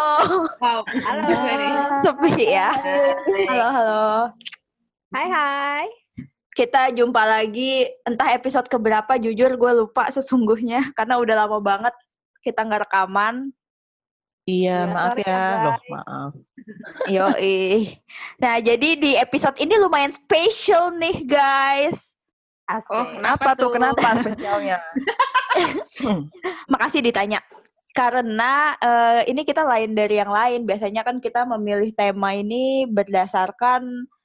Wow, Halo. juga nih. Sepi ya. Halo. Hai. Kita jumpa lagi, entah episode keberapa, jujur gue lupa sesungguhnya, karena udah lama banget kita nggak rekaman. Iya, maaf sorry ya, guys. loh maaf. Yoi. Nah, jadi di episode ini lumayan spesial nih, guys. Asik. Oh, Kenapa tuh? Kenapa spesialnya? Makasih ditanya. Karena ini kita lain dari yang lain. Biasanya kan kita memilih tema ini berdasarkan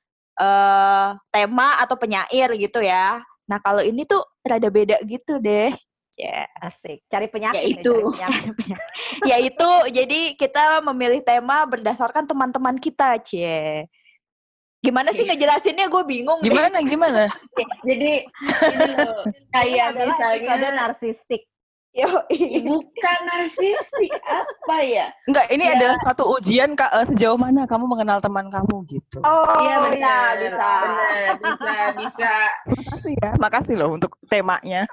tema atau penyair gitu ya. Nah, kalau ini tuh rada beda gitu deh. Ya. Asik. Cari penyakit. Yaitu. Yaitu, jadi kita memilih tema berdasarkan teman-teman kita, Cie. Gimana sih ngejelasinnya? Gue bingung deh. Gimana? Jadi ini loh, kayak episode misalnya narsistik. bukan narsistik apa ya? Enggak, ini Ya. adalah satu ujian sejauh mana kamu mengenal teman kamu gitu. Oh, Iya benar, bisa. Benar, bisa. Makasih ya, makasih loh untuk temanya.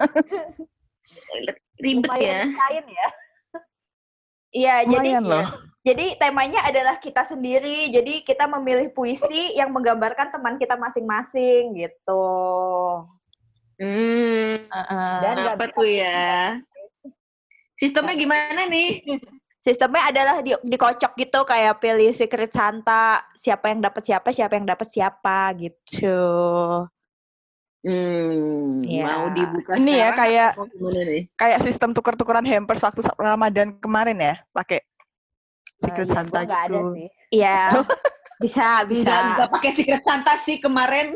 Ribet ya. Lumayan ya. Iya, Lumayan loh. Jadi temanya adalah kita sendiri. Jadi kita memilih puisi yang menggambarkan teman kita masing-masing gitu. Dan nggak Apa bisa tuh ya? Sistemnya gimana nih? Sistemnya adalah dikocok gitu, kayak pilih Secret Santa, siapa yang dapat siapa gitu. Ya. Mau dibuka Ini ya, sekarang atau gimana nih? kayak sistem tuker-tukeran hampers waktu Ramadan kemarin ya, pakai Secret Iya, Santa gua nggak ada gitu. sih. Iya. Bisa. Enggak pakai Secret Santa sih kemarin.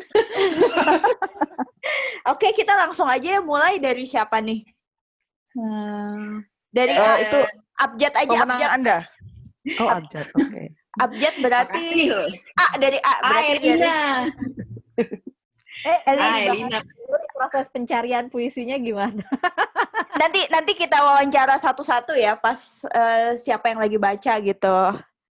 Oke, kita langsung aja mulai dari siapa nih? Dari Itu abjad aja, pemenang abjad. Anda. Oh, abjad. Oke. Abjad berarti Makasih loh. dari A berarti Elina. Elina. Proses pencarian puisinya gimana? Nanti kita wawancara satu-satu ya pas siapa yang lagi baca gitu.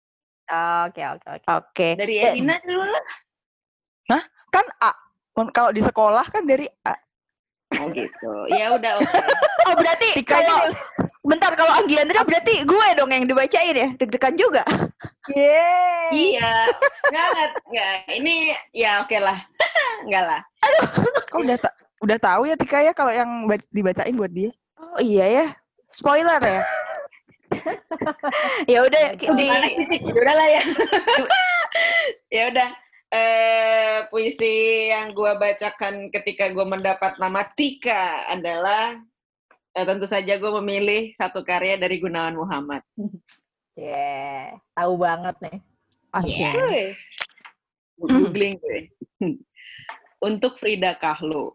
Oke. Dari Elina dulu lah. Kan A. Kalau di sekolah kan dari A. Oh gitu. Ya udah oke. Oh, berarti kalau Anggi Andra berarti gue dong yang dibacain ya? Deg-degan juga. Iya. Enggak. Ini ya oke lah. Enggak lah. Kau udah tahu ya Tika ya kalau yang dibacain buat dia? Oh iya ya. Spoiler ya. Ya udah Gimana sih? Udah lah ya. Ya udah. Puisi yang gue bacakan ketika gue mendapat nama Tika adalah tentu saja gue memilih satu karya dari Gunawan Muhammad. Tahu banget nih. Googling gue. Untuk Frida Kahlo.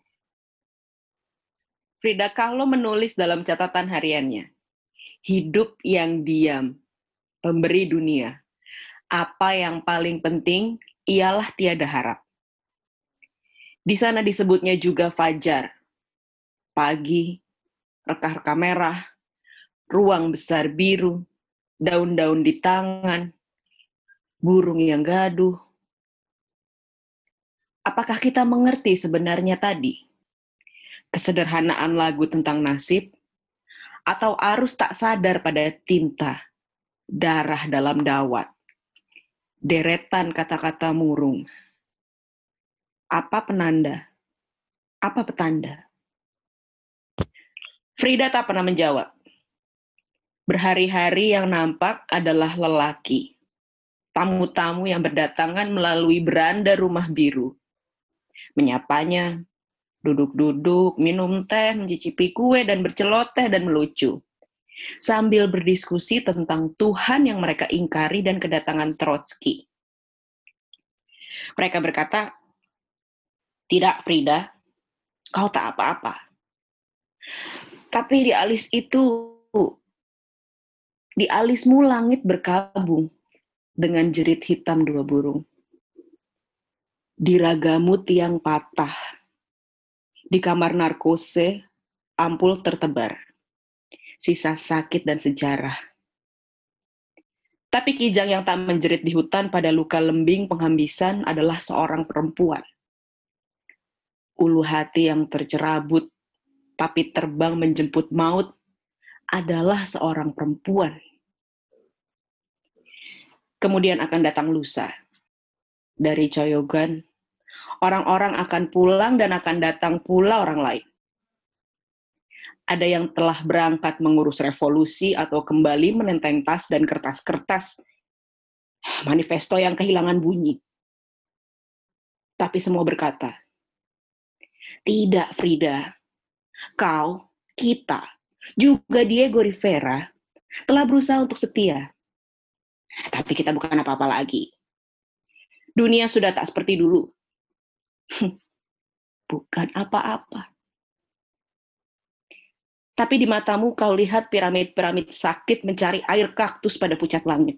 Frida Kahlo menulis dalam catatan hariannya, hidup yang diam, pemberi dunia. Apa yang paling penting ialah tiada harap. Di sana disebutnya juga fajar, pagi, reka-reka merah, ruang besar biru, daun-daun di tangan, burung yang gaduh. Apakah kita mengerti sebenarnya tadi? Kesederhanaan lagu tentang nasib, atau arus tak sadar pada tinta, darah dalam dawat, deretan kata-kata murung. Apa penanda? Apa petanda? Frida tak pernah menjawab. Berhari-hari yang nampak adalah lelaki. Tamu-tamu yang berdatangan melalui beranda rumah biru. Menyapanya, duduk-duduk, minum teh, mencicipi kue, dan berceloteh dan melucu. Sambil berdiskusi tentang Tuhan yang mereka ingkari dan kedatangan Trotsky. Mereka berkata, "Tidak, Frida, kau tak apa-apa." Tapi di alismu langit berkabung dengan jerit hitam dua burung. Di ragamu tiang patah. Di kamar narkose, ampul tertebar. Sisa sakit dan sejarah. Tapi kijang yang tak menjerit di hutan pada luka lembing penghambisan adalah seorang perempuan. Ulu hati yang tercerabut, tapi terbang menjemput maut adalah seorang perempuan. Kemudian akan datang lusa. Dari Coyogan, orang-orang akan pulang dan akan datang pula orang lain. Ada yang telah berangkat mengurus revolusi atau kembali menenteng tas dan kertas-kertas manifesto yang kehilangan bunyi. Tapi semua berkata, tidak Frida, kau, kita, juga Diego Rivera telah berusaha untuk setia. Tapi kita bukan apa-apa lagi. Dunia sudah tak seperti dulu. Bukan apa-apa. Tapi di matamu kau lihat piramid-piramid sakit mencari air kaktus pada pucat langit.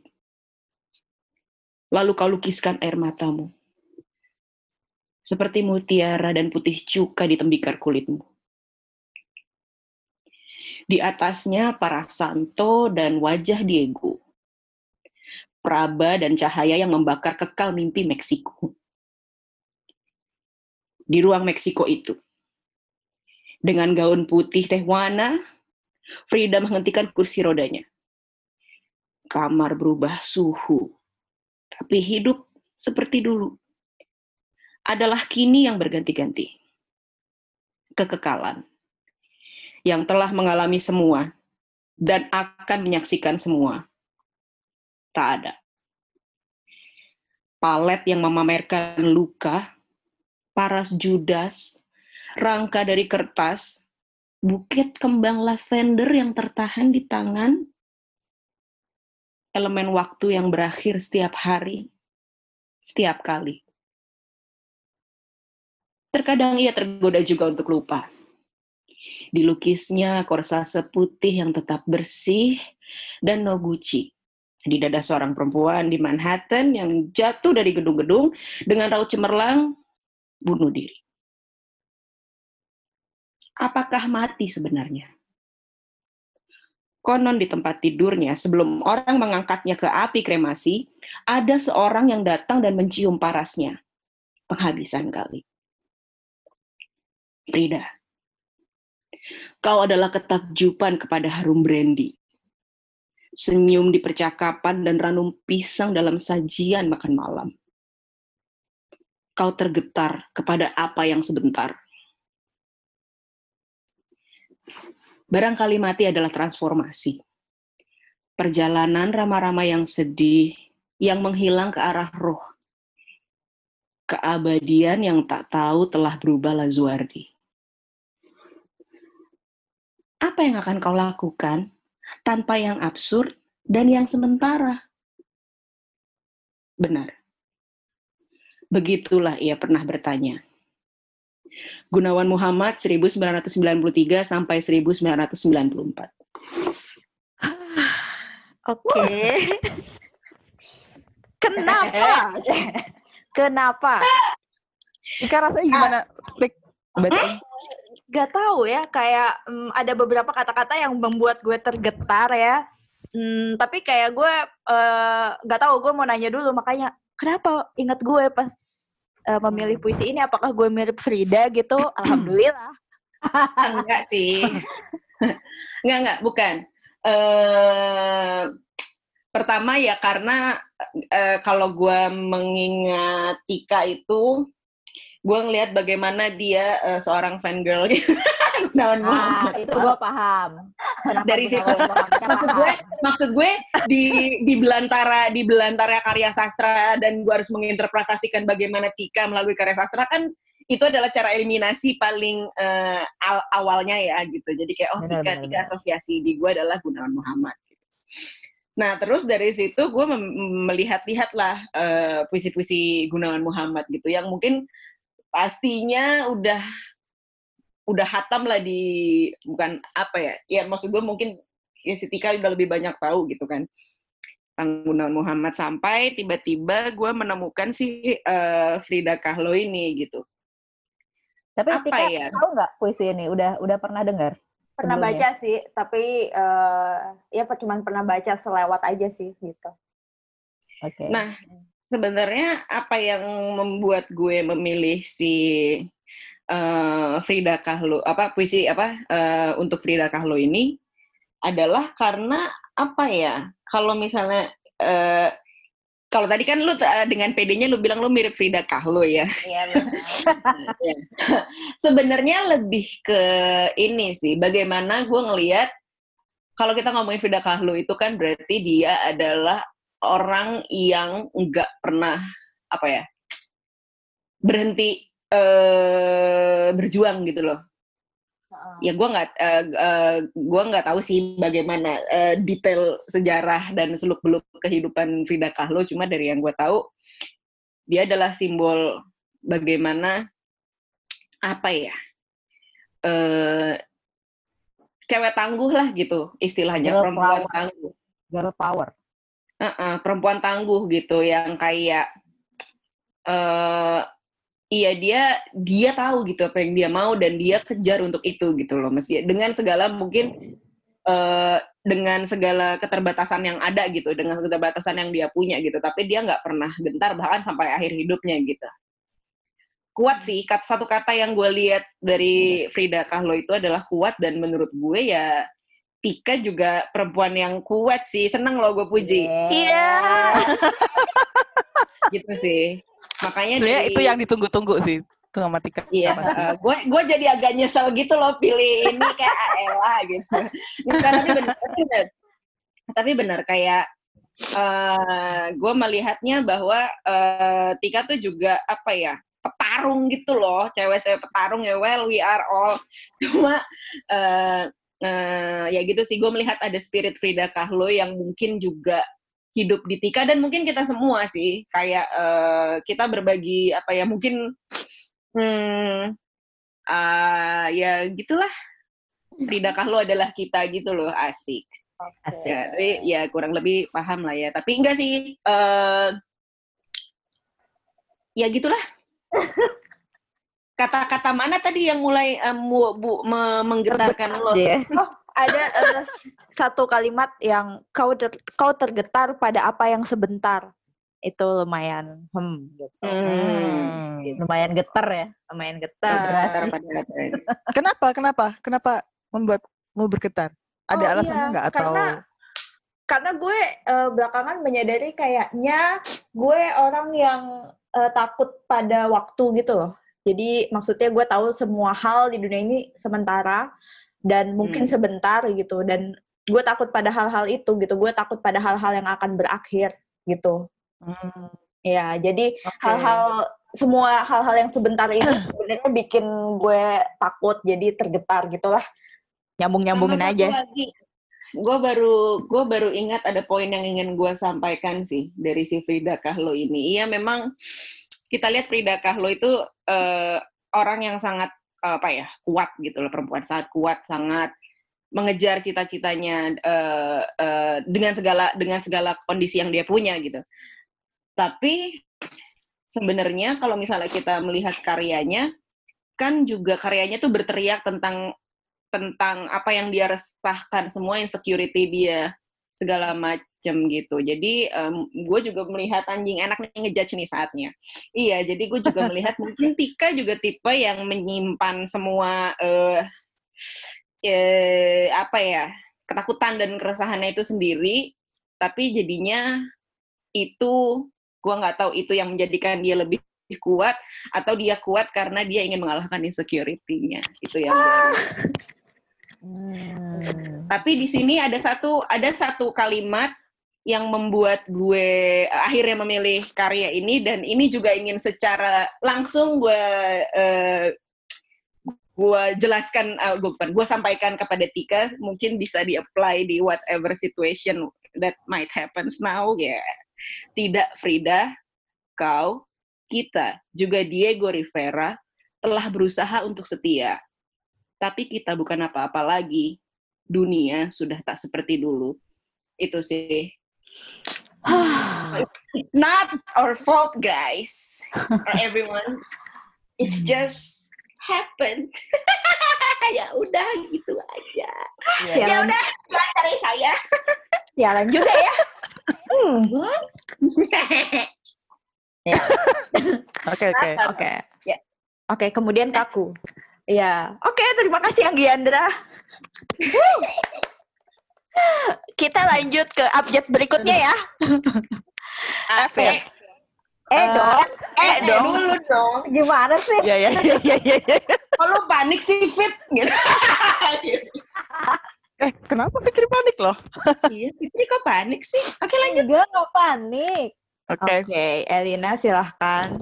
Lalu kau lukiskan air matamu. Seperti mutiara dan putih cuka di tembikar kulitmu. Di atasnya para santo dan wajah Diego. Praba dan cahaya yang membakar kekal mimpi Meksiko. Di ruang Meksiko itu, dengan gaun putih teh warna, Frida menghentikan kursi rodanya. Kamar berubah suhu, tapi hidup seperti dulu. Adalah kini yang berganti-ganti. Kekekalan. Yang telah mengalami semua dan akan menyaksikan semua. Tak ada. Palet yang memamerkan luka, paras Judas, rangka dari kertas, buket kembang lavender yang tertahan di tangan, elemen waktu yang berakhir setiap hari, setiap kali. Terkadang ia tergoda juga untuk lupa. Dilukisnya korsase putih yang tetap bersih dan Noguchi di dada seorang perempuan di Manhattan yang jatuh dari gedung-gedung dengan raut cemerlang bunuh diri. Apakah mati sebenarnya? Konon di tempat tidurnya sebelum orang mengangkatnya ke api kremasi, ada seorang yang datang dan mencium parasnya. Penghabisan kali. Frida, kau adalah ketakjuban kepada harum brandy. Senyum di percakapan dan ranum pisang dalam sajian makan malam. Kau tergetar kepada apa yang sebentar. Barangkali mati adalah transformasi. Perjalanan rama-rama yang sedih, yang menghilang ke arah roh. Keabadian yang tak tahu telah berubah Lazuardi. Apa yang akan kau lakukan tanpa yang absurd dan yang sementara? Benar. Begitulah ia pernah bertanya. Gunawan Muhammad 1993 sampai 1994. Oke. Kenapa? Kenapa? Ika rasanya gimana? Klik, baca. Gak tahu ya, kayak ada beberapa kata-kata yang membuat gue tergetar ya. Tapi kayak gue gak tahu, gue mau nanya dulu, makanya kenapa ingat gue pas memilih puisi ini, apakah gue mirip Frida gitu? Alhamdulillah. Enggak sih. Enggak, bukan. Pertama ya karena kalau gue mengingat Tika itu, gue ngelihat bagaimana dia seorang fangirl Gunawan Muhammad. Itu gue paham. Kenapa Dari situ maksud gue di belantara karya sastra dan gue harus menginterpretasikan bagaimana Tika melalui karya sastra, kan itu adalah cara eliminasi paling awalnya ya gitu. Jadi kayak Tika asosiasi di gue adalah Gunawan Muhammad. Nah, terus dari situ gue melihat-lihat lah puisi-puisi Gunawan Muhammad gitu yang mungkin pastinya udah hatam lah bukan apa ya. Ya maksud gue mungkin ya si Tika udah lebih banyak tahu gitu kan tentang Gunawan Muhammad, sampai tiba-tiba gue menemukan si Frida Kahlo ini gitu. Tapi apa Tika ya? tahu nggak puisi ini? Udah pernah dengar? Pernah baca sih, tapi ya cuma pernah baca selewat aja sih gitu. Oke. Nah, sebenarnya apa yang membuat gue memilih si Frida Kahlo, puisi untuk Frida Kahlo ini adalah karena apa ya? Kalau misalnya Kalau tadi kan lu dengan PD-nya lu bilang lu mirip Frida Kahlo ya. Iya benar. Ya. Sebenarnya lebih ke ini sih, bagaimana gue ngelihat kalau kita ngomongin Frida Kahlo itu kan berarti dia adalah orang yang nggak pernah berhenti berjuang gitu loh. Ya gue nggak tahu sih bagaimana detail sejarah dan seluk-beluk kehidupan Frida Kahlo, cuma dari yang gue tahu dia adalah simbol bagaimana cewek tangguh lah gitu istilahnya, perempuan tangguh. Girl power. Perempuan tangguh gitu yang kayak dia tahu gitu apa yang dia mau dan dia kejar untuk itu gitu loh, meski dengan segala mungkin dengan segala keterbatasan yang ada gitu, dengan keterbatasan yang dia punya gitu, tapi dia nggak pernah gentar bahkan sampai akhir hidupnya gitu. Kuat sih, satu kata yang gue lihat dari Frida Kahlo itu adalah kuat, dan menurut gue ya Tika juga perempuan yang kuat sih. Seneng loh gue puji. Iya. Gitu sih. Makanya itu yang ditunggu-tunggu sih. Itu sama Tika. Iya, gue jadi agak nyesel gitu loh pilih ini kayak Aela gitu. Tapi benar kayak gue melihatnya bahwa Tika tuh juga petarung gitu loh, cewek-cewek petarung ya. Well, we are all. Cuma ya gitu sih, gue melihat ada spirit Frida Kahlo yang mungkin juga hidup di Tika, dan mungkin kita semua sih kayak kita berbagi mungkin ya gitulah. Frida Kahlo adalah kita gitu loh, asik. Ya, tapi ya kurang lebih paham lah ya. Tapi enggak sih, ya gitulah. Kata-kata mana tadi yang mulai menggetarkan lo? Oh, ada satu kalimat yang kau tergetar pada apa yang sebentar. Itu lumayan gitu. Lumayan getar ya. Lumayan getar. Kenapa membuatmu bergetar? Ada alasannya nggak atau? Karena gue belakangan menyadari kayaknya gue orang yang takut pada waktu gitu loh. Jadi maksudnya gue tahu semua hal di dunia ini sementara dan mungkin sebentar gitu, dan gue takut pada hal-hal itu gitu. Gue takut pada hal-hal yang akan berakhir gitu. Ya, jadi semua hal-hal yang sebentar ini sebenarnya bikin gue takut, jadi tergetar gitulah. Nyambungin aja. Gue baru ingat ada poin yang ingin gue sampaikan sih dari si Frida Kahlo ini. Iya, memang kita lihat Frida Kahlo itu orang yang sangat kuat gitu loh, perempuan sangat kuat, sangat mengejar cita-citanya dengan segala kondisi yang dia punya gitu. Tapi sebenarnya kalau misalnya kita melihat karyanya, kan juga karyanya tuh berteriak tentang apa yang dia resahkan, semua insecurity dia, segala macem gitu. Jadi gue juga melihat anjing enak nih ngejudge nih saatnya. Iya, jadi gue juga melihat mungkin Tika juga tipe yang menyimpan semua ketakutan dan keresahannya itu sendiri, tapi jadinya itu gue nggak tahu itu yang menjadikan dia lebih kuat atau dia kuat karena dia ingin mengalahkan insecurity-nya. Itu yang Tapi di sini ada satu kalimat yang membuat gue akhirnya memilih karya ini, dan ini juga ingin secara langsung gue jelaskan, gue sampaikan kepada Tika, mungkin bisa di-apply di whatever situation that might happens now ya. Tidak Frida, kau, kita, juga Diego Rivera telah berusaha untuk setia. Tapi kita bukan apa-apa lagi. Dunia sudah tak seperti dulu. Itu sih. It's not our fault, guys. Or everyone. It's just happened. Ya udah gitu aja. Ya udah, dari saya. Sialan juga ya. Oke, kemudian kaku. Ya, oke, terima kasih Anggiandra. Kita lanjut ke abjad berikutnya ya. F ya? Dong. Dong. Dulu dong. Gimana sih? Iya. Kalau panik sih Fit gitu. Kenapa Fitri panik loh? Iya, Fitri kok panik sih? Oke, lanjut. Enggak, nggak panik. Oke. Oke, Elina silahkan.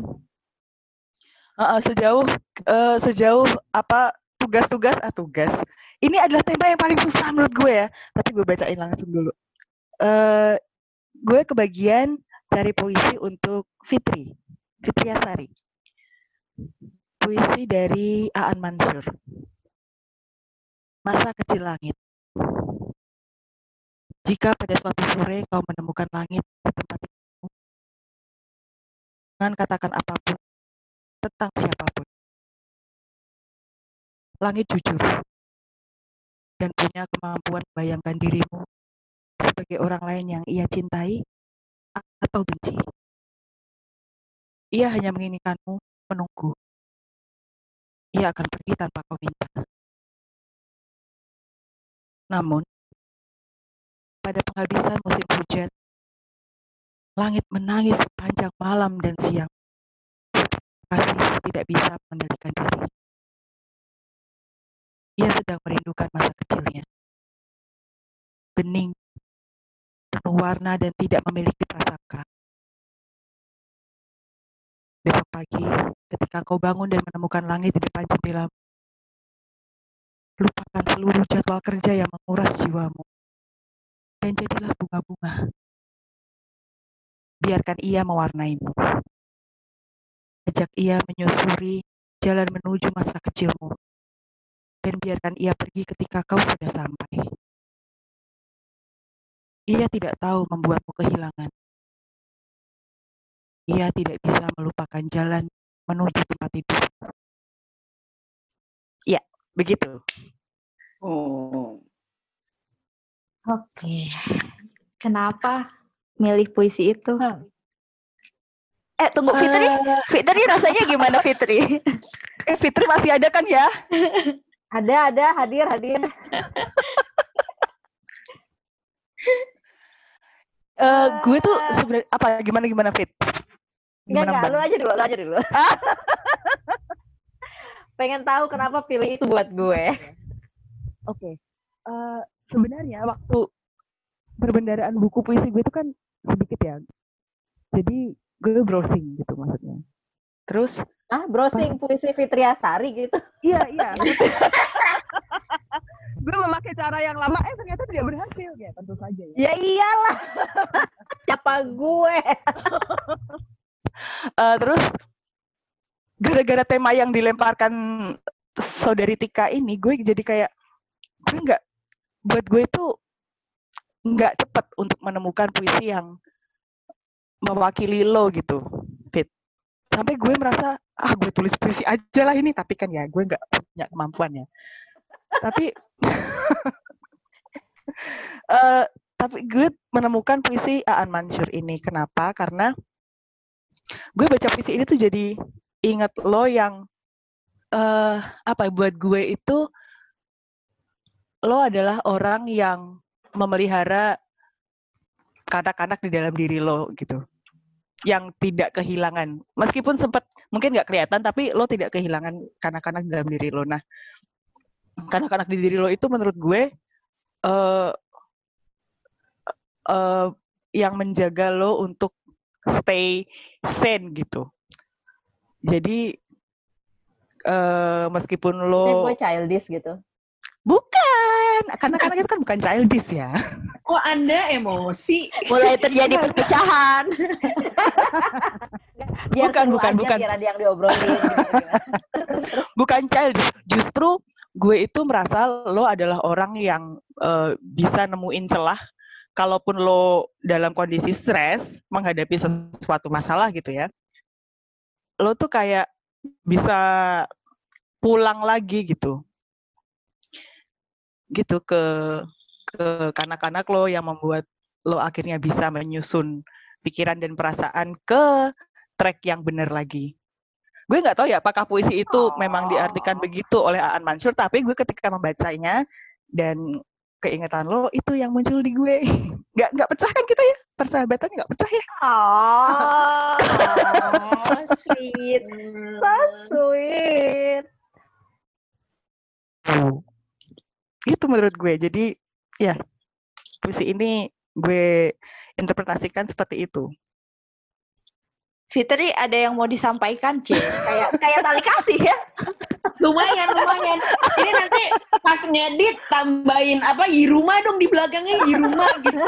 Sejauh apa tugas. Ini adalah tema yang paling susah menurut gue ya. Tapi gue bacain langsung dulu. Gue kebagian cari puisi untuk Fitri Asari. Puisi dari Aan Mansur. Masa kecil langit. Jika pada suatu sore kau menemukan langit di tempat itu, jangan katakan apapun tentang siapapun. Langit jujur dan punya kemampuan membayangkan dirimu sebagai orang lain yang ia cintai atau benci. Ia hanya menginginkanmu menunggu. Ia akan pergi tanpa kau minta. Namun, pada penghabisan musim hujan, langit menangis sepanjang malam dan siang. Kasih tidak bisa mengendalikan diri. Ia sedang merindukan masa kecilnya. Bening, penuh warna dan tidak memiliki prasangka. Besok pagi, ketika kau bangun dan menemukan langit di depan jendelamu, lupakan seluruh jadwal kerja yang menguras jiwamu. Dan jadilah bunga-bunga. Biarkan ia mewarnaimu. Ajak ia menyusuri jalan menuju masa kecilmu. Dan biarkan ia pergi ketika kau sudah sampai. Ia tidak tahu membuatmu kehilangan. Ia tidak bisa melupakan jalan menuju tempat tidur. Ya, begitu. Oh. Oke. Kenapa milih puisi itu? Tunggu Fitri. Fitri rasanya gimana Fitri? Fitri masih ada kan ya? Ada, hadir. Gue tuh sebenarnya gimana Fit? Enggak, lu aja dulu. Pengen tahu kenapa pilih itu buat gue. Oke. Sebenarnya waktu perbendaharaan buku puisi gue itu kan sedikit ya. Jadi gue browsing gitu maksudnya. Terus Browsing puisi Fitri Asari gitu. Iya. Gue memakai cara yang lama, ternyata tidak berhasil ya, tentu saja ya. Ya iyalah. Siapa gue? Terus gara-gara tema yang dilemparkan saudari Tika ini, gue jadi kayak buat gue itu nggak cepet untuk menemukan puisi yang mewakili lo gitu, Fit. Sampai gue merasa gue tulis puisi aja lah ini, tapi kan ya gue nggak punya kemampuannya. Tapi gue menemukan puisi Aan Mansur ini. Kenapa? Karena gue baca puisi ini tuh jadi inget lo yang buat gue itu lo adalah orang yang memelihara kanak-kanak di dalam diri lo gitu, yang tidak kehilangan meskipun sempat mungkin nggak kelihatan, tapi lo tidak kehilangan kanak-kanak di dalam diri lo. Nah, kanak-kanak di diri lo itu menurut gue yang menjaga lo untuk stay sane gitu. Jadi meskipun lo gue childish gitu. Bukan, kanak-kanak itu kan bukan childish ya. Kok Anda emosi? Mulai terjadi perpecahan. Bukan. Biar ada yang diobrolin. Bukan childish, justru gue itu merasa lo adalah orang yang bisa nemuin celah kalaupun lo dalam kondisi stres menghadapi sesuatu masalah gitu ya. Lo tuh kayak bisa pulang lagi gitu ke kanak-kanak lo, yang membuat lo akhirnya bisa menyusun pikiran dan perasaan ke track yang benar lagi. Gue nggak tahu ya apakah puisi itu memang diartikan begitu oleh Aan Mansur, tapi gue ketika membacanya dan keingetan lo itu yang muncul di gue. Nggak pecah kan kita ya? Persahabatan nggak pecah ya? Oh, sweet. So sweet. Itu menurut gue. Jadi ya puisi ini gue interpretasikan seperti itu. Fitri ada yang mau disampaikan, C? Kayak tali kasih ya. Lumayan. Ini nanti pas ngedit tambahin apa Yiruma dong di belakangnya Yiruma gitu.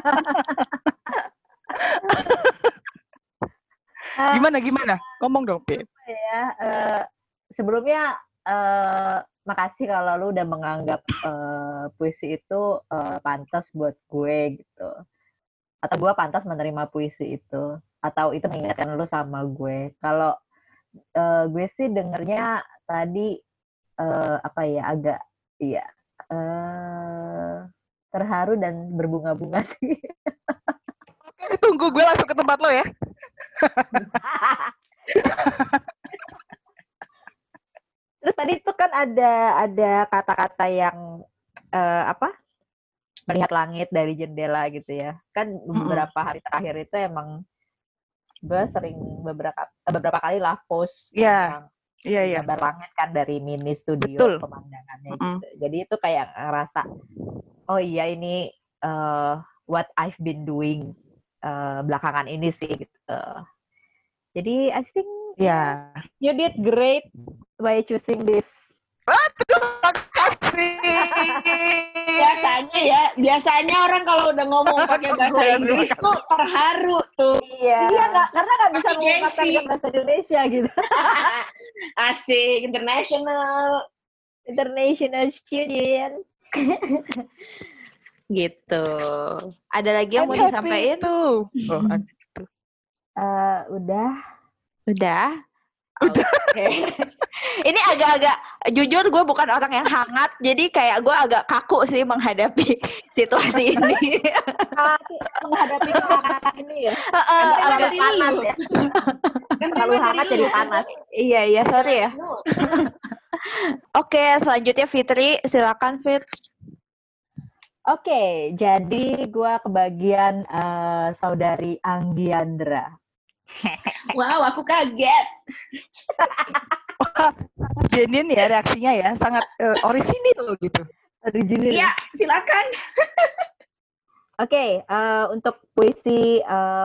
Gimana? Ngomong dong, Pip. Ya, sebelumnya makasih kalau lu udah menganggap puisi itu pantas buat gue gitu. Atau gue pantas menerima puisi itu. Atau itu mengingatkan lu sama gue. Kalau gue sih dengernya tadi agak terharu dan berbunga-bunga sih. Oke, tunggu gue langsung ke tempat lo ya. Terus tadi itu kan ada kata-kata yang melihat langit dari jendela gitu ya. Kan beberapa hari terakhir itu emang gue sering beberapa kali lah post tentang gambar langit kan dari mini studio pemandangannya gitu. Jadi itu kayak ngerasa oh iya ini what I've been doing belakangan ini sih gitu. Jadi I think you did great by choosing this. Terima kasih. Biasanya orang kalau udah ngomong pakai bahasa Inggris tuh terharu tuh. Iya, karena nggak bisa mengungkapkan ke bahasa Indonesia gitu. Asik, international student. Gitu. Ada lagi yang mau disampaikan? Udah. Okay. Ini agak-agak jujur gue bukan orang yang hangat, jadi kayak gue agak kaku sih menghadapi situasi ini. Menghadapi kehangatan ini ya. Agak panas ya. Terlalu hangat jadi panas. Iya, sorry ya. Oke, selanjutnya Fitri, silakan Fit. Oke, jadi gue kebagian saudari Anggiandra. Wow, aku kaget. Genuine ya reaksinya ya, sangat orisinil gitu. Original. Iya, silakan. Oke, untuk puisi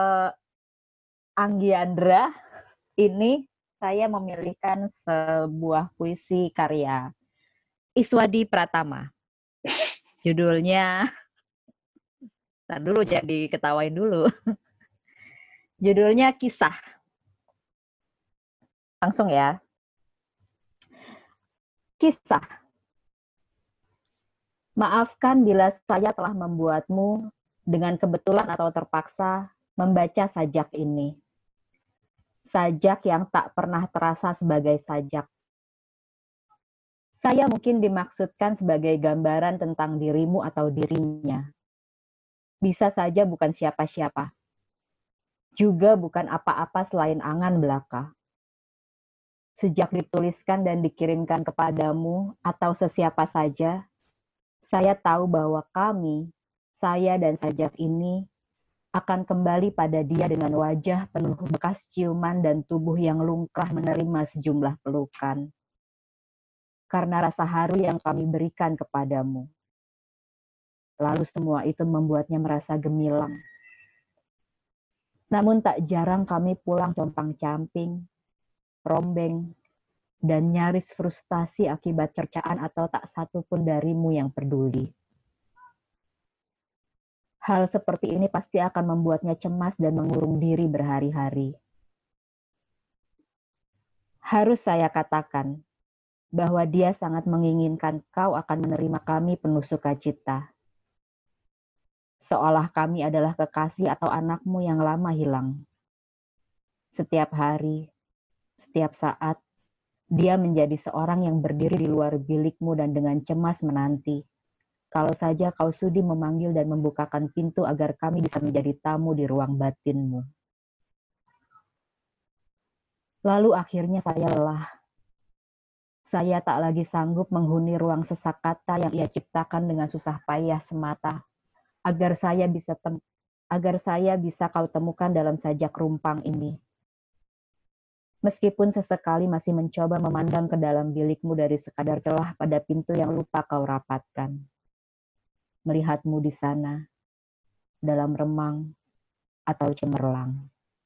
Anggiandra ini saya memilihkan sebuah puisi karya Iswadi Pratama. Judulnya, ntar dulu jadi ketawain dulu. Judulnya Kisah. Langsung ya. Kisah. Maafkan bila saya telah membuatmu dengan kebetulan atau terpaksa membaca sajak ini. Sajak yang tak pernah terasa sebagai sajak. Saya mungkin dimaksudkan sebagai gambaran tentang dirimu atau dirinya. Bisa saja bukan siapa-siapa. Juga bukan apa-apa selain angan belaka. Sejak dituliskan dan dikirimkan kepadamu atau sesiapa saja, saya tahu bahwa kami, saya dan sajak ini, akan kembali pada dia dengan wajah penuh bekas ciuman dan tubuh yang lungkrah menerima sejumlah pelukan. Karena rasa haru yang kami berikan kepadamu. Lalu semua itu membuatnya merasa gemilang. Namun tak jarang kami pulang compang-camping, rombeng, dan nyaris frustasi akibat cercaan atau tak satu pun darimu yang peduli. Hal seperti ini pasti akan membuatnya cemas dan mengurung diri berhari-hari. Harus saya katakan bahwa dia sangat menginginkan kau akan menerima kami penuh sukacita. Seolah kami adalah kekasih atau anakmu yang lama hilang. Setiap hari, setiap saat, dia menjadi seorang yang berdiri di luar bilikmu dan dengan cemas menanti. Kalau saja kau sudi memanggil dan membukakan pintu agar kami bisa menjadi tamu di ruang batinmu. Lalu akhirnya saya lelah. Saya tak lagi sanggup menghuni ruang sesak kata yang ia ciptakan dengan susah payah semata, agar saya bisa kau temukan dalam sajak rumpang ini. Meskipun sesekali masih mencoba memandang ke dalam bilikmu dari sekadar celah pada pintu yang lupa kau rapatkan. Melihatmu di sana, dalam remang atau cemerlang.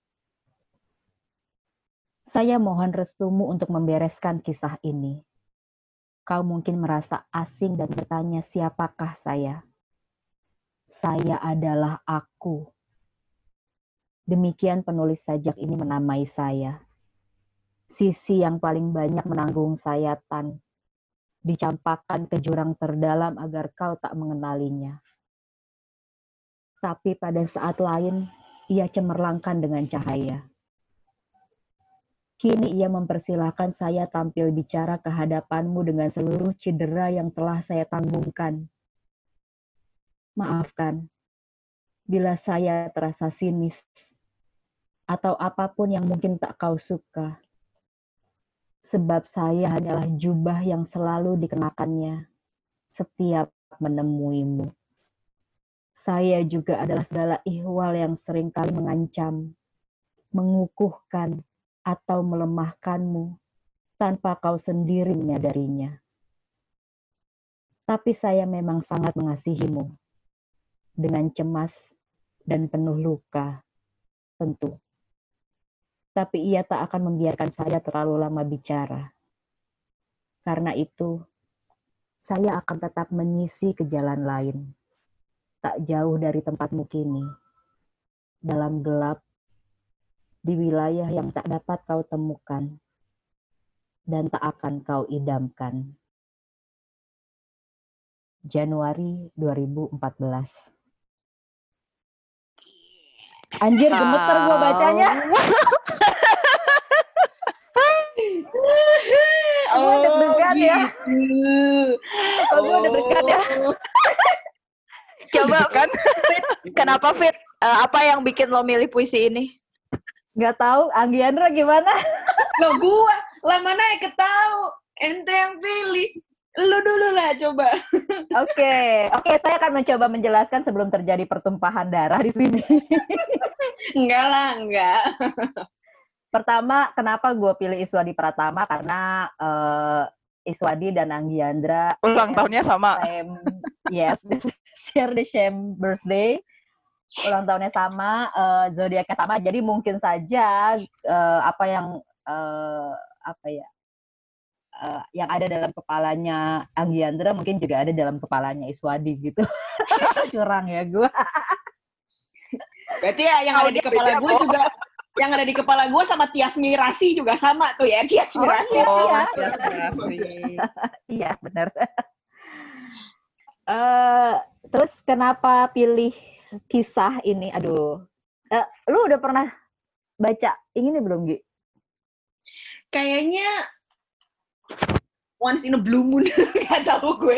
Saya mohon restumu untuk membereskan kisah ini. Kau mungkin merasa asing dan bertanya siapakah saya. Saya adalah aku. Demikian penulis sajak ini menamai saya. Sisi yang paling banyak menanggung sayatan. Dicampakkan ke jurang terdalam agar kau tak mengenalinya. Tapi pada saat lain, ia cemerlangkan dengan cahaya. Kini ia mempersilahkan saya tampil bicara ke hadapanmu dengan seluruh cedera yang telah saya tanggungkan. Maafkan, bila saya terasa sinis, atau apapun yang mungkin tak kau suka. Sebab saya hanyalah jubah yang selalu dikenakannya setiap menemuimu. Saya juga adalah segala ihwal yang seringkali mengancam, mengukuhkan, atau melemahkanmu tanpa kau sendiri menyadarinya. Tapi saya memang sangat mengasihimu. Dengan cemas dan penuh luka, tentu. Tapi ia tak akan membiarkan saya terlalu lama bicara. Karena itu, saya akan tetap menyisi ke jalan lain. Tak jauh dari tempatmu kini. Dalam gelap, di wilayah yang tak dapat kau temukan. Dan tak akan kau idamkan. Januari 2014. Anjir, gemeter gue bacanya. Gue deg-degan ya. Gue deg-degan ya. Coba kan? Fit, kenapa Fit? Apa yang bikin lo milih puisi ini? Gak tahu, Anggiandra gimana? Lo gua, lah mana yang ketahu? Ente yang pilih. Lu dulu lah coba. Oke, saya akan mencoba menjelaskan sebelum terjadi pertumpahan darah di sini. Enggak lah, enggak. Pertama, kenapa gue pilih Iswadi Pratama? Karena Iswadi dan Anggiandra ulang tahunnya sama. Yes, share the same birthday. Ulang tahunnya sama, zodiaknya sama. Jadi mungkin saja apa yang yang ada dalam kepalanya Anggiandra mungkin juga ada dalam kepalanya Iswadi gitu. Curang ya gue. Berarti ya yang ada di kepala gue juga, yang ada di kepala gue sama Tias Mirasih juga sama tuh ya, Tias Mirasih. Tias Mirasih. Iya, benar. Terus kenapa pilih kisah ini? Aduh, lu udah pernah baca ini belum, Gi? Kayaknya once in a blue moon, nggak tahu gue.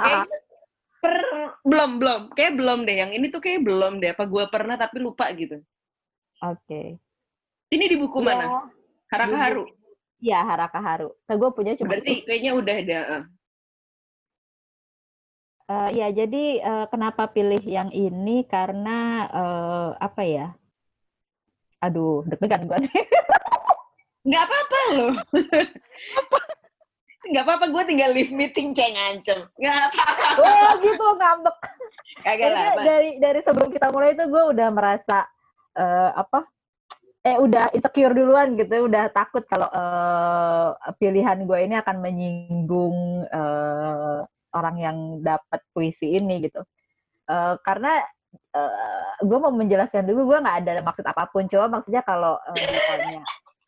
Belum. Kayak belum deh. Yang ini tuh kayak belum deh. Apa gue pernah tapi lupa gitu. Oke. Ini di buku mana? Haraka Haru. Iya, Haraka Haru. Gue punya cuma. Berarti kayaknya udah ada. Ya, jadi kenapa pilih yang ini? Karena apa ya? Aduh, deg-degan gue. Nggak apa-apa loh. Nggak apa-apa, gue tinggal leave meeting, ngancem. Nggak apa-apa. Oh gitu, ngambek. Kagak lah. Dari sebelum kita mulai itu gue udah merasa udah insecure duluan gitu, udah takut kalau pilihan gue ini akan menyinggung orang yang dapat puisi ini gitu. Karena gue mau menjelaskan dulu, gue nggak ada maksud apapun. Coba maksudnya kalau misalnya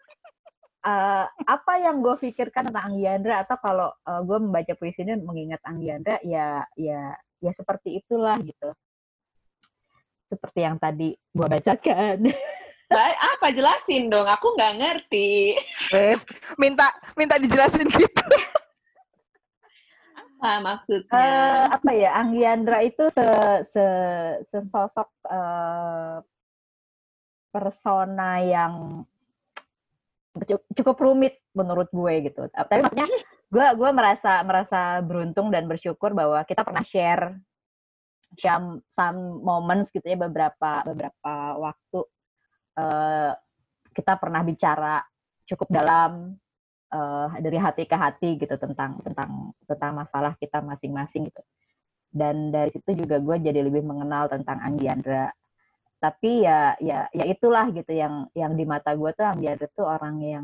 apa yang gue pikirkan tentang Anggiandra, atau kalau gue membaca puisi ini mengingat Anggiandra, ya seperti itulah gitu. Seperti yang tadi gue bacakan. Apa, jelasin dong, aku nggak ngerti. Minta dijelasin gitu. Apa maksudnya? Apa ya, Anggiandra itu sesosok persona yang cukup rumit menurut gue gitu. Tapi maksudnya gue merasa beruntung dan bersyukur bahwa kita pernah share some moments gitu ya, beberapa waktu kita pernah bicara cukup dalam dari hati ke hati gitu tentang masalah kita masing-masing gitu. Dan dari situ juga gue jadi lebih mengenal tentang Anggiandra. Tapi ya itulah gitu yang di mata gue tuh Anggiandra tuh orang yang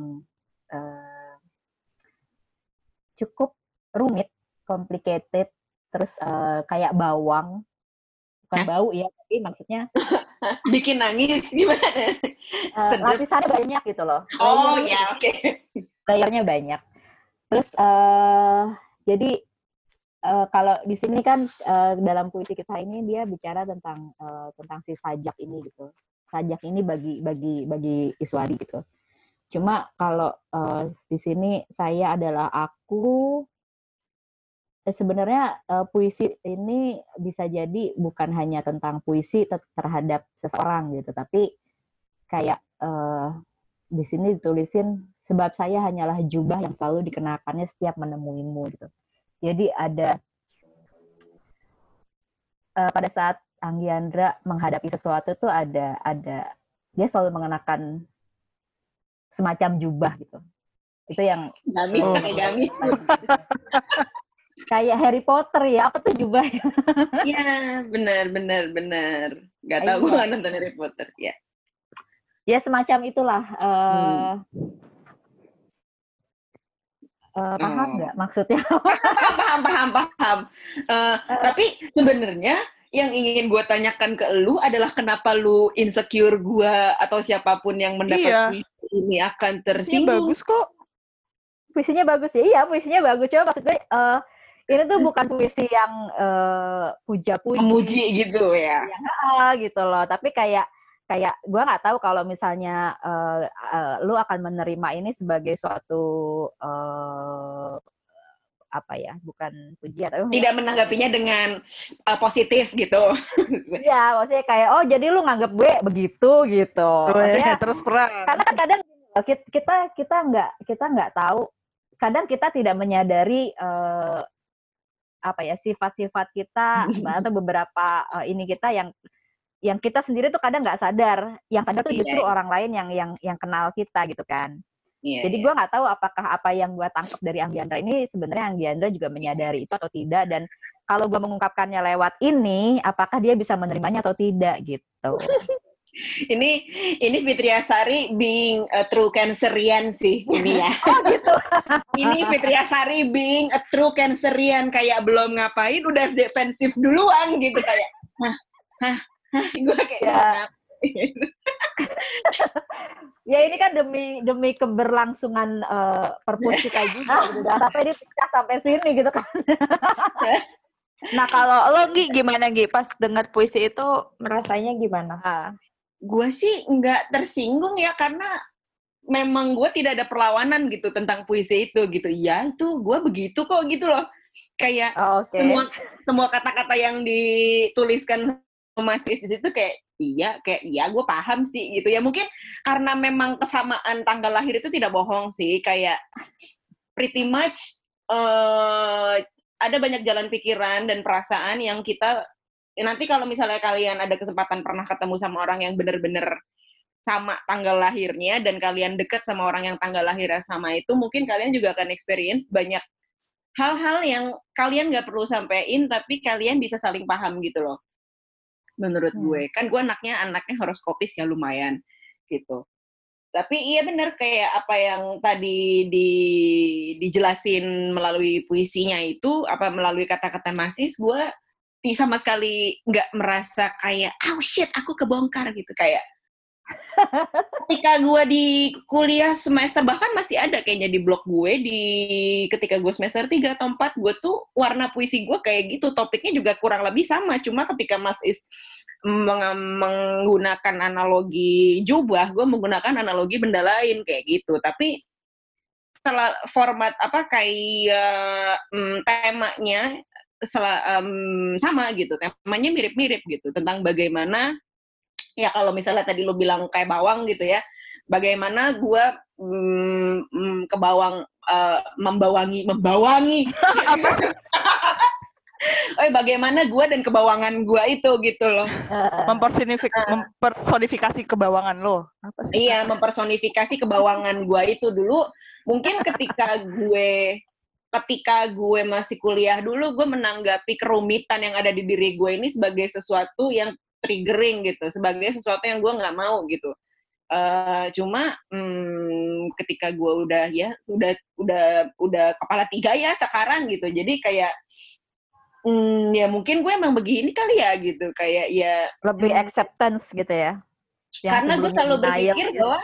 cukup rumit, complicated, terus kayak bawang, bukan bau ya, tapi maksudnya bikin nangis gimana? Lapisannya banyak gitu loh. Oh ya, oke. Layernya banyak. Terus jadi kalau di sini kan dalam puisi kisah ini dia bicara tentang si sajak ini gitu. Sajak ini bagi Iswari gitu. Cuma kalau di sini saya adalah aku, sebenarnya puisi ini bisa jadi bukan hanya tentang puisi terhadap seseorang gitu, tapi kayak di sini ditulisin sebab saya hanyalah jubah yang selalu dikenakannya setiap menemuimu gitu. Jadi ada pada saat Anggiandra menghadapi sesuatu tuh ada dia selalu mengenakan semacam jubah gitu. Itu yang gamis pakai gamis. Kayak Harry Potter ya, apa tuh jubahnya? Iya, benar. Gak tahu gue nggak nonton Harry Potter ya. Ya semacam itulah. Paham nggak maksudnya? Paham. Tapi sebenarnya yang ingin gue tanyakan ke lu adalah kenapa lu insecure gue atau siapapun yang mendapat puisi ini akan tersinggung. Bagus kok. Puisinya bagus ya, iya puisinya bagus. Coba maksud gue ini tuh bukan puisi yang puja-puji, memuji gitu ya. Gitu loh. Tapi kayak gue nggak tahu kalau misalnya lu akan menerima ini sebagai suatu apa ya, bukan pujian tapi tidak menanggapinya dengan positif gitu. Iya, maksudnya kayak jadi lu nganggap gue begitu gitu. Maksudnya, terus perang. Karena kadang kita nggak tahu, kadang kita tidak menyadari apa ya sifat-sifat kita atau beberapa ini kita yang kita sendiri tuh kadang nggak sadar, yang sadar tuh justru orang lain yang kenal kita gitu kan. Jadi gue nggak tahu apakah apa yang gue tangkap dari Anggiandra ini sebenarnya Anggiandra juga menyadari itu atau tidak, dan kalau gue mengungkapkannya lewat ini, apakah dia bisa menerimanya atau tidak gitu. Ini Fitriasari being a true Cancerian sih ini ya. Oh gitu. Ini Fitriasari being a true Cancerian, kayak belum ngapain udah defensif duluan gitu, kayak gue kayak ya ini kan demi keberlangsungan perpusika juga gitu. Sampai dia pecah sampai sini gitu kan. Nah kalau lo gimana pas dengar puisi itu merasanya gimana? Gue sih nggak tersinggung ya, karena memang gue tidak ada perlawanan gitu tentang puisi itu gitu. Ya itu gue begitu kok gitu loh. Kayak semua kata-kata yang dituliskan Mas Is itu kayak iya gue paham sih gitu ya. Mungkin karena memang kesamaan tanggal lahir itu tidak bohong sih, kayak pretty much ada banyak jalan pikiran dan perasaan yang kita nanti kalau misalnya kalian ada kesempatan pernah ketemu sama orang yang benar-benar sama tanggal lahirnya dan kalian dekat sama orang yang tanggal lahirnya sama itu, mungkin kalian juga akan experience banyak hal-hal yang kalian nggak perlu sampein tapi kalian bisa saling paham gitu loh. Menurut gue, kan gue anaknya horoskopis ya lumayan gitu. Tapi iya benar kayak apa yang tadi dijelasin melalui puisinya itu, apa melalui kata-kata Mas Is, gue sama sekali nggak merasa kayak oh shit aku kebongkar gitu. Kayak ketika gue di kuliah semester, bahkan masih ada kayaknya di blog gue ketika gue semester 3 atau 4, gue tuh warna puisi gue kayak gitu, topiknya juga kurang lebih sama, cuma ketika Mas Is menggunakan analogi jubah, gue menggunakan analogi benda lain kayak gitu. Tapi setelah format apa kayak temanya sama gitu, temanya mirip-mirip gitu, tentang bagaimana ya kalau misalnya tadi lo bilang kayak bawang gitu ya, bagaimana gue membawangi bagaimana gue dan kebawangan gue itu gitu loh. Mempersonifikasi kebawangan lo. Apa sih? Iya, mempersonifikasi kebawangan gue itu dulu. Mungkin ketika gue masih kuliah dulu, gue menanggapi kerumitan yang ada di diri gue ini sebagai sesuatu yang triggering gitu, sebagai sesuatu yang gue nggak mau gitu. Cuma ketika gue udah kepala 3 ya sekarang gitu, jadi kayak ya mungkin gue emang begini kali ya gitu, kayak ya lebih acceptance gitu ya. Karena gue selalu berpikir bahwa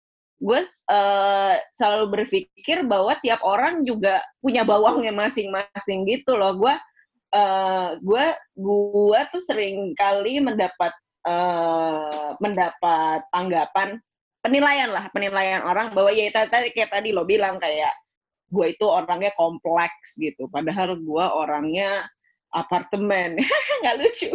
selalu berpikir bahwa tiap orang juga punya bawangnya masing-masing gitu loh. Gue tuh sering kali mendapat tanggapan penilaian orang bahwa ya kayak tadi lo bilang kayak gue itu orangnya kompleks gitu, padahal gue orangnya apartemen. Nggak lucu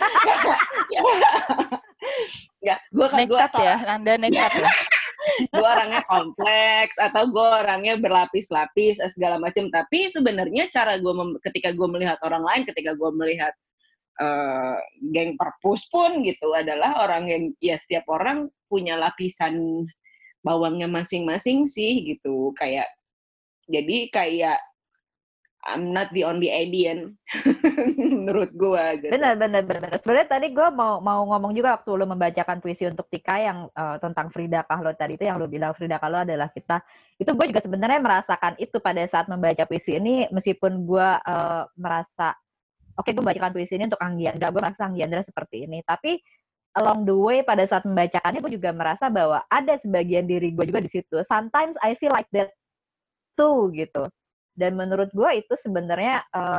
nggak gue nekat ya, Anda nekat ya. Gue orangnya kompleks atau gue orangnya berlapis-lapis segala macam, tapi sebenarnya cara gue ketika gue melihat orang lain, ketika gue melihat geng perpus pun gitu adalah orang yang ya setiap orang punya lapisan bawangnya masing-masing sih gitu, kayak jadi kayak I'm not the only alien menurut gue gitu. Benar. Sebenarnya tadi gue mau ngomong juga waktu lo membacakan puisi untuk Tika yang tentang Frida Kahlo tadi itu, yang lo bilang Frida Kahlo adalah kita. Itu gue juga sebenarnya merasakan itu pada saat membaca puisi ini, meskipun gue merasa gue membacakan puisi ini untuk Anggiandra, gue merasa Anggiandra seperti ini. Tapi along the way pada saat membacakannya gue juga merasa bahwa ada sebagian diri gue juga di situ. Sometimes I feel like that too gitu. Dan menurut gue itu sebenarnya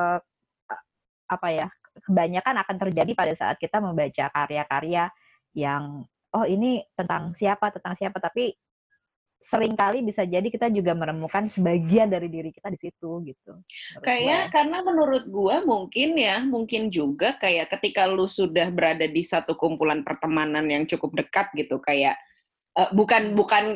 kebanyakan akan terjadi pada saat kita membaca karya-karya yang ini tentang siapa, tapi seringkali bisa jadi kita juga menemukan sebagian dari diri kita di situ gitu. Kayak karena menurut gue mungkin juga kayak ketika lu sudah berada di satu kumpulan pertemanan yang cukup dekat gitu, kayak bukan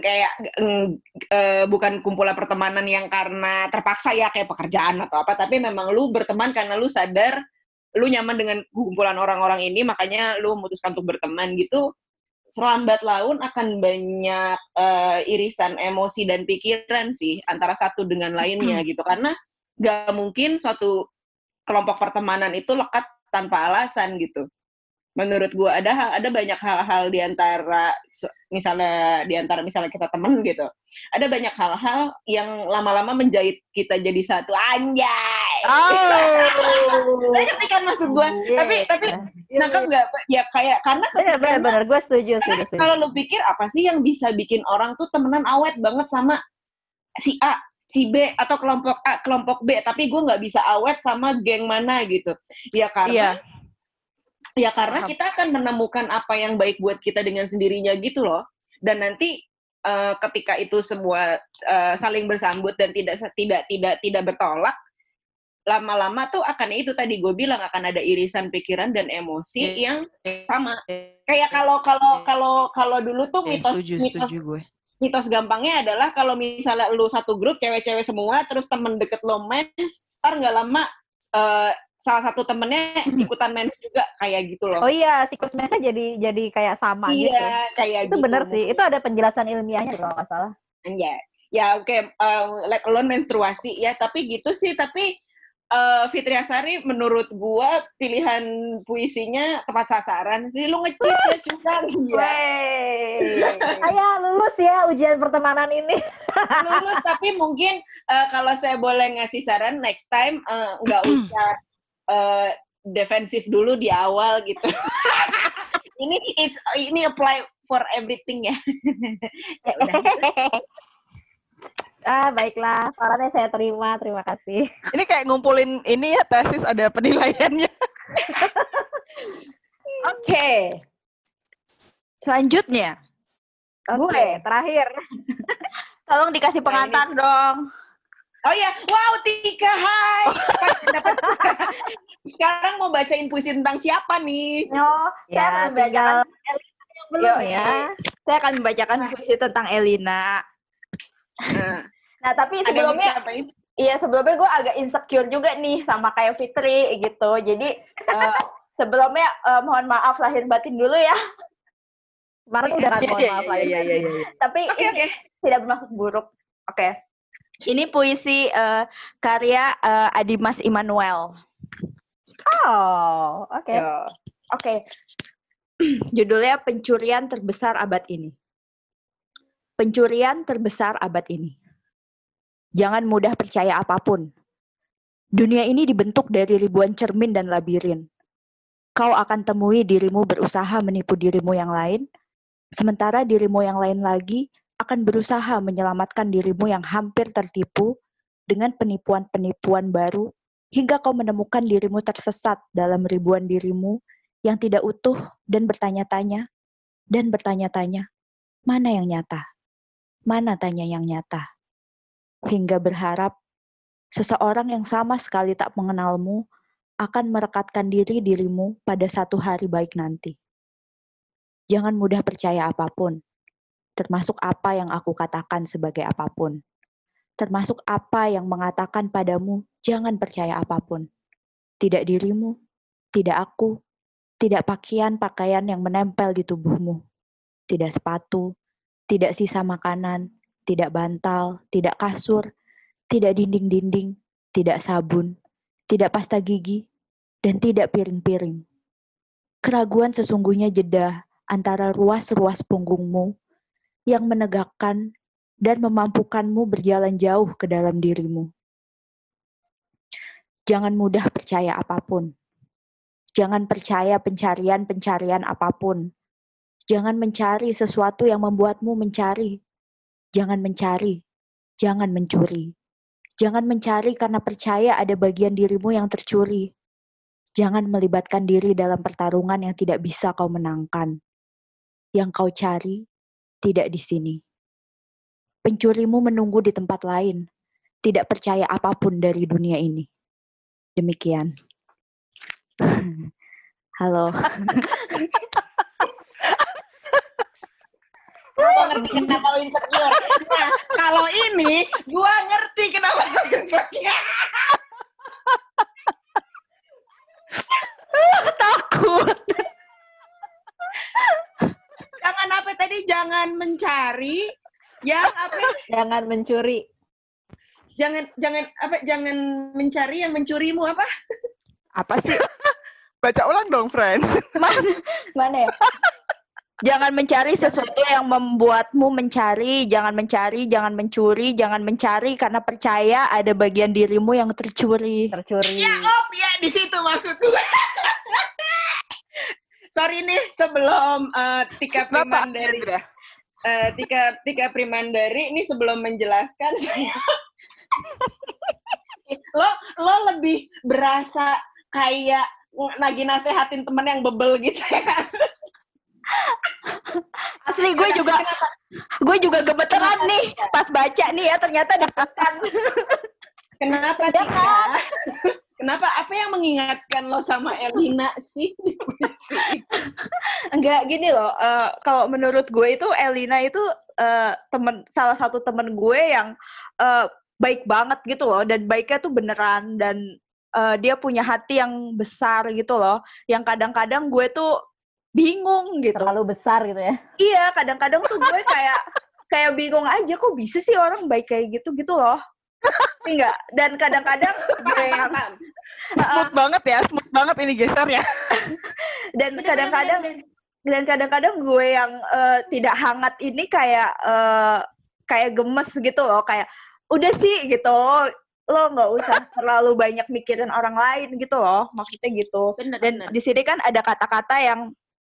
kumpulan pertemanan yang karena terpaksa ya kayak pekerjaan atau apa, tapi memang lu berteman karena lu sadar lu nyaman dengan kumpulan orang-orang ini, makanya lu memutuskan untuk berteman gitu. Selambat laun akan banyak irisan emosi dan pikiran sih antara satu dengan lainnya gitu, karena gak mungkin suatu kelompok pertemanan itu lekat tanpa alasan gitu. Menurut gue ada banyak hal-hal di antara misalnya kita temen gitu, ada banyak hal-hal yang lama-lama menjahit kita jadi satu, anjay. Ngerti kan maksud gue? Tapi nangkep nggak ya, kayak karena benar gue setuju. Kalau lu pikir apa sih yang bisa bikin orang tuh temenan awet banget sama si A, si B atau kelompok A, kelompok B, tapi gue nggak bisa awet sama geng mana gitu ya, karena kita akan menemukan apa yang baik buat kita dengan sendirinya gitu loh. Dan nanti ketika itu semua saling bersambut dan tidak bertolak, lama-lama tuh akan itu tadi gue bilang, akan ada irisan pikiran dan emosi yang sama. Kayak kalau dulu tuh mitos gampangnya adalah kalau misalnya lu satu grup cewek-cewek semua, terus temen deket lo mens, ntar nggak lama salah satu temennya ikutan mens juga, kayak gitu loh. Oh iya, siklus mensnya jadi kayak sama gitu. Iya, kayak itu gitu. Bener sih, itu ada penjelasan ilmiahnya kalau nggak salah. Iya, ya oke, like alone menstruasi ya, tapi gitu sih. Tapi Fitri Asari menurut gua pilihan puisinya tepat sasaran sih. Lu nge-cheat ya curang. Saya lulus ya ujian pertemanan ini. Lulus, tapi mungkin kalau saya boleh ngasih saran, next time nggak usah defensif dulu di awal gitu. ini apply for everything ya. Ya udah. Baiklah, sarannya saya terima kasih. Ini kayak ngumpulin ini ya, tesis ada penilaiannya. Oke. Selanjutnya. Gue terakhir. Tolong dikasih pengantar dong. Oh ya, wow, Tika, hai. Sekarang mau bacain puisi tentang siapa nih? Saya membacakan Belum Yoi. ya. Saya akan membacakan puisi tentang Elina. Nah, tapi Ada yang sebelumnya, disampaikan? sebelumnya gue agak insecure juga nih sama kayak Fitri gitu. Jadi sebelumnya mohon maaf lahir batin dulu ya. Kemarin udah kan mohon maaf lah. Iya. Tapi ini tidak bermaksud buruk. Oke. Ini puisi karya Adimas Immanuel. Oh, oke. Oke. Judulnya Pencurian Terbesar Abad Ini. Pencurian terbesar abad ini. Jangan mudah percaya apapun. Dunia ini dibentuk dari ribuan cermin dan labirin. Kau akan temui dirimu berusaha menipu dirimu yang lain, sementara dirimu yang lain lagi akan berusaha menyelamatkan dirimu yang hampir tertipu dengan penipuan-penipuan baru, hingga kau menemukan dirimu tersesat dalam ribuan dirimu yang tidak utuh dan bertanya-tanya, mana yang nyata? Mana tanya yang nyata? Hingga berharap seseorang yang sama sekali tak mengenalmu akan merekatkan dirimu pada satu hari baik nanti. Jangan mudah percaya apapun, termasuk apa yang aku katakan sebagai apapun. Termasuk apa yang mengatakan padamu, jangan percaya apapun. Tidak dirimu, tidak aku, tidak pakaian-pakaian yang menempel di tubuhmu. Tidak sepatu, tidak sisa makanan, tidak bantal, tidak kasur, tidak dinding-dinding, tidak sabun, tidak pasta gigi, dan tidak piring-piring. Keraguan sesungguhnya jeda antara ruas-ruas punggungmu yang menegakkan dan memampukanmu berjalan jauh ke dalam dirimu. Jangan mudah percaya apapun. Jangan percaya pencarian-pencarian apapun. Jangan mencari sesuatu yang membuatmu mencari. Jangan mencari. Jangan mencuri. Jangan mencari karena percaya ada bagian dirimu yang tercuri. Jangan melibatkan diri dalam pertarungan yang tidak bisa kau menangkan. Yang kau cari tidak di sini. Pencurimu menunggu di tempat lain. Tidak percaya apapun dari dunia ini. Demikian. Halo. Gue ngerti kenapa lo insecure. Nah, kalau ini, gue ngerti kenapa lo insecure. Takut. Jangan apa tadi? Jangan mencari. Yang apa? Jangan mencuri. Jangan mencari yang mencurimu apa? Apa sih? Baca ulang dong, friends. Mana ya? Jangan mencari sesuatu yang membuatmu mencari, jangan mencari, jangan mencuri, jangan mencari karena percaya ada bagian dirimu yang tercuri. Ya, ya di situ maksud gue. Sorry nih, sebelum Tika Primandari, Tika Primandari ini sebelum menjelaskan saya, lo lebih berasa kayak lagi nasehatin temen yang bebel gitu ya. Asli gue juga gemeteran nih pas baca nih ya, ternyata ditekan. Kenapa Tika? Kenapa? Apa yang mengingatkan lo sama Elina sih? Enggak, gini loh, kalau menurut gue itu Elina itu salah satu temen gue yang baik banget gitu loh, dan baiknya tuh beneran, dan dia punya hati yang besar gitu loh, yang kadang-kadang gue tuh bingung gitu. Terlalu besar gitu ya. Iya, kadang-kadang tuh gue kayak bingung aja, kok bisa sih orang baik kayak gitu loh. Enggak, dan kadang-kadang gue yang Smooth banget ini gesernya. Dan kadang-kadang gue yang tidak hangat ini kayak gemes gitu loh, kayak udah sih gitu, lo nggak usah terlalu banyak mikirin orang lain gitu loh, maksudnya gitu. Dan di sini kan ada kata-kata yang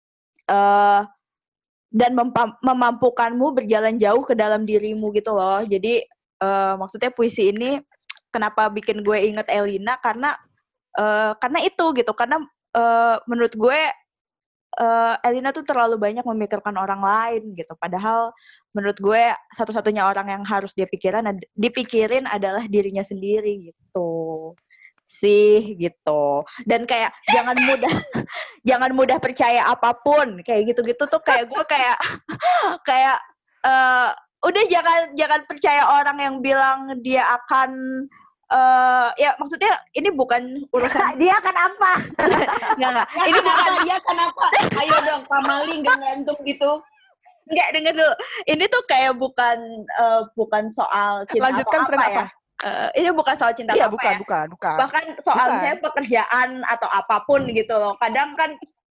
dan memampukanmu berjalan jauh ke dalam dirimu gitu loh. Jadi maksudnya puisi ini kenapa bikin gue inget Elina karena itu gitu, karena menurut gue Elina tuh terlalu banyak memikirkan orang lain gitu, padahal menurut gue satu-satunya orang yang harus dipikirin adalah dirinya sendiri gitu. sih gitu. Dan kayak jangan mudah percaya apapun kayak gitu-gitu tuh kayak gue kayak kayak udah jangan percaya orang yang bilang dia akan ya maksudnya ini bukan urusan Dia akan apa? enggak ini bukan dia kenapa? Ayo dong, pamali nggak gantung gitu. enggak denger dulu. Ini tuh kayak bukan soal cinta Lanjutkan, atau friend, apa ya. Ini bukan soal cinta Iya, atau apa ya. bukan. Bahkan soal Bukan. misalnya pekerjaan atau apapun gitu loh. Kadang kan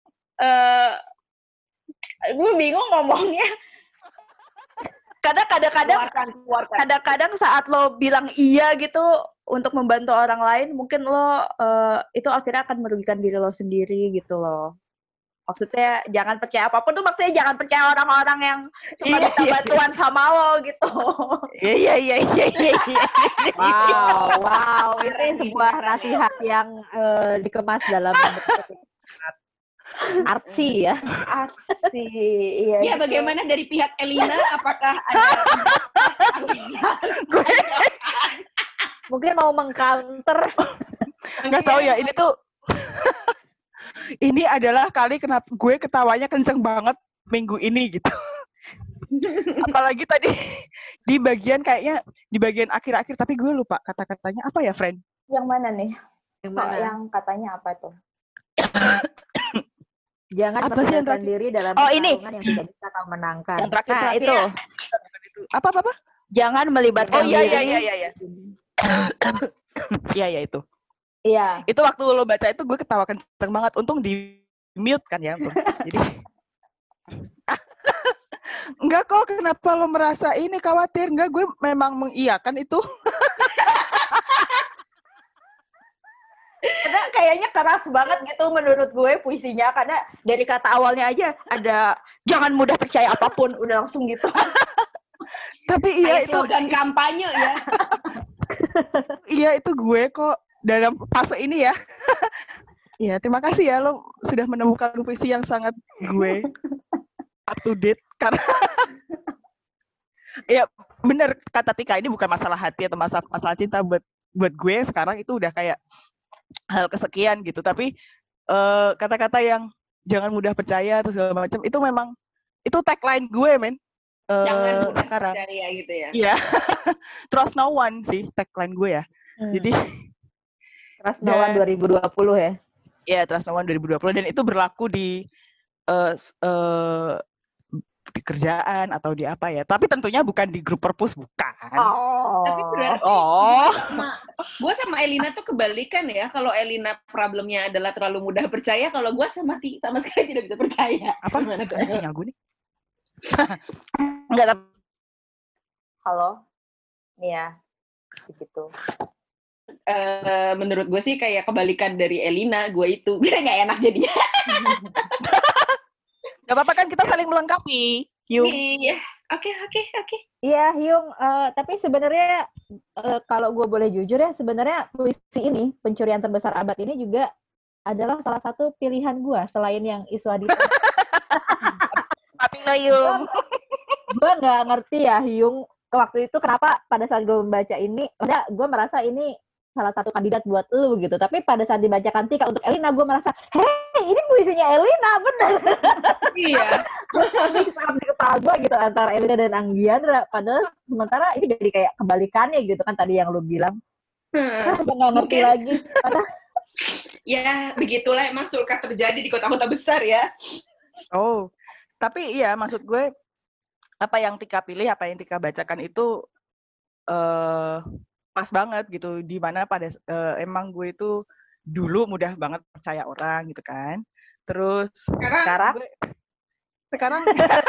gue bingung ngomongnya. Kadang-kadang saat lo bilang iya gitu untuk membantu orang lain, mungkin lo itu akhirnya akan merugikan diri lo sendiri gitu loh. Maksudnya jangan percaya apapun tuh, maksudnya jangan percaya orang-orang yang suka minta bantuan sama lo gitu. Iya. Wow, ini sebuah nasihat yang dikemas dalam bentuk artsy ya. Artsy, iya. Iya, gitu. bagaimana dari pihak Elina? Apakah ada Mungkin mau mengcounter. Nggak tahu ya, ini tuh ini adalah kali kenapa gue ketawanya kenceng banget minggu ini gitu. Apalagi tadi di bagian akhir-akhir, tapi gue lupa kata-katanya apa ya, friend? Yang mana nih? Yang mana? Yang katanya apa tuh? Jangan Apa sih yang memperlihatkan diri dalam ini. pertarungan yang tidak bisa kau menangkan. Yang terakhir Nah, itu. Apa? Jangan melibatkan Iya. Iya itu. Iya. Itu waktu lo baca itu gue ketawa kenceng banget. Untung di mute kan ya, untung. Jadi enggak kok, kenapa lo merasa ini khawatir? Enggak, gue memang mengiyakan itu. Karena kayaknya keras banget gitu menurut gue puisinya, karena dari kata awalnya aja ada jangan mudah percaya apapun, udah langsung gitu. Tapi iya kayak itu slogan kampanye ya? iya itu gue kok dalam fase ini ya. Iya, terima kasih ya lo sudah menemukan puisi yang sangat gue up to date karena ya benar kata Tika, ini bukan masalah hati atau masalah cinta buat gue sekarang itu udah kayak hal kesekian gitu, tapi kata-kata yang jangan mudah percaya atau segala macam itu memang itu tagline gue, men. Jangan mudah sekarang percaya gitu ya? iya. Trust no one sih tagline gue ya. Jadi Trust no one 2020 ya. Iya, Trust no one 2020, dan itu berlaku di di kerjaan atau di apa ya, tapi tentunya bukan di grup perpus, bukan. Tapi berarti gue sama Elina tuh kebalikan ya. Kalau Elina problemnya adalah terlalu mudah percaya, kalau gue sama sekali tidak bisa percaya. Apa? Gimana tuh? Sinyal gue nih. Enggak, tapi Halo? Nih ya, begitu. Menurut gue sih kayak kebalikan dari Elina, gue itu nggak enak jadinya. nggak apa-apa kan, kita saling melengkapi. Iya, oke. Iya, Hyung. Tapi sebenarnya kalau gue boleh jujur ya, sebenarnya puisi ini, Pencurian Terbesar Abad ini juga adalah salah satu pilihan gue selain yang Iswadita. Tapi lo Yung. Gue nggak ngerti ya, Hyung, waktu itu kenapa pada saat gue membaca ini, maksudnya gue merasa ini salah satu kandidat buat lu gitu. Tapi pada saat dibacakan Tika untuk Elina, gue merasa, hei, ini puisinya Elina, bener. Iya. Mix up di kepala gue gitu antara Elina dan Anggiandra. Padahal sementara ini jadi kayak kebalikannya gitu kan tadi yang lu bilang. Gue nggak ngerti lagi. Padahal Ya, begitulah emang sulka terjadi di kota-kota besar ya. Oh, tapi iya, maksud gue apa yang Tika pilih, apa yang Tika bacakan itu pas banget gitu, di mana pada emang gue itu dulu mudah banget percaya orang gitu kan. Terus sekarang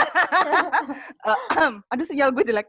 aduh sinyal gue jelek.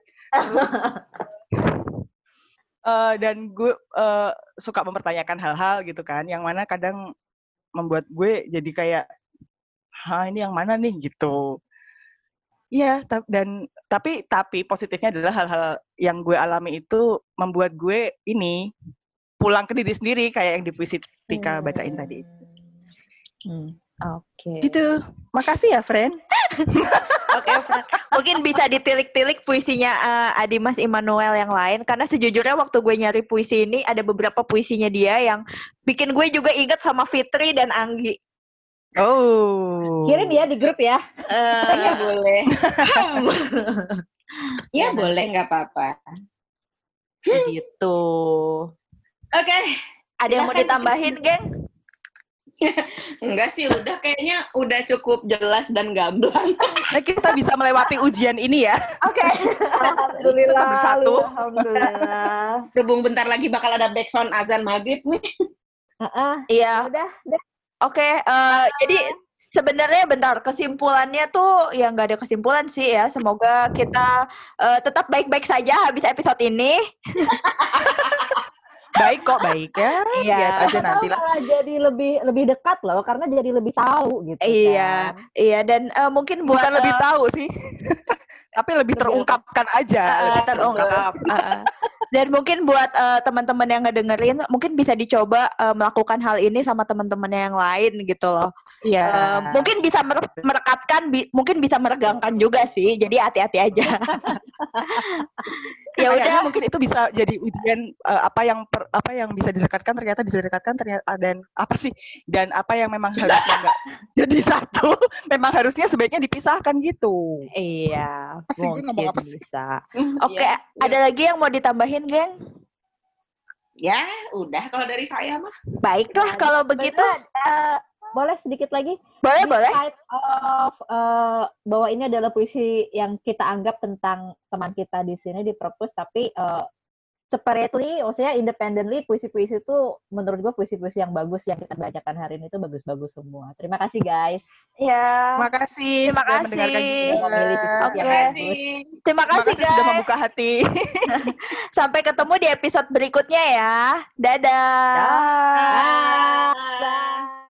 Dan gue suka mempertanyakan hal-hal gitu kan, yang mana kadang membuat gue jadi kayak, ini yang mana nih gitu. Iya, tapi positifnya adalah hal-hal yang gue alami itu membuat gue ini pulang ke diri sendiri kayak yang di puisi Tika bacain tadi. Oke. Gitu. Makasih ya, friend. Oke, Fran. Mungkin bisa ditilik-tilik puisinya Adimas Immanuel yang lain. Karena sejujurnya waktu gue nyari puisi ini, ada beberapa puisinya dia yang bikin gue juga inget sama Fitri dan Anggi. Oh. Kirim ya di grup ya. Ya boleh. Ya boleh, nggak apa-apa. Gitu. Oke. Ada yang mau ditambahin, geng? Enggak sih, udah kayaknya udah cukup jelas dan gamblang. Nah, kita bisa melewati ujian ini ya. Oke. Alhamdulillah. Tetap bersatu. Alhamdulillah. Berhubung bentar lagi bakal ada backsound azan maghrib nih. Iya. Udah. Oke, jadi sebenarnya bentar, kesimpulannya tuh ya nggak ada kesimpulan sih ya. Semoga kita tetap baik-baik saja habis episode ini. Baik kok, baik ya. Iya. Lihat aja nanti lah. Malah jadi lebih dekat loh, karena jadi lebih tahu gitu. Iya, kan. iya, dan mungkin buat Bukan lebih tahu sih. Tapi lebih terungkapkan aja. terungkap. Dan mungkin buat teman-teman yang ngedengerin, mungkin bisa dicoba melakukan hal ini sama teman-temannya yang lain gitu loh. Iya. Mungkin bisa merekatkan, mungkin bisa meregangkan juga sih. Jadi hati-hati aja. Ya Kayaknya udah. mungkin itu bisa jadi ujian apa yang bisa direkatkan ternyata bisa direkatkan ternyata, dan apa sih, dan apa yang memang harusnya enggak jadi satu, memang harusnya sebaiknya dipisahkan gitu. Iya, Pasti gue ngomong mungkin apa sih? bisa. Oke, Ya, ada lagi yang mau ditambahin, geng? ya udah kalau dari saya mah. Baiklah kalau begitu. Boleh sedikit lagi? Boleh. Despite of bahwa ini adalah puisi yang kita anggap tentang teman kita di sini di perpus, tapi separately, maksudnya independently, puisi-puisi itu menurut gue puisi-puisi yang bagus yang kita bacakan hari ini itu bagus-bagus semua. Terima kasih guys. Ya. Terima kasih Terima sudah kasih. mendengarkan Sudah juga. memilih puisi yang Oke. bagus. Terima kasih Terima kasih sudah guys. membuka hati. Sampai ketemu di episode berikutnya ya. Dadah. Dah. Bye.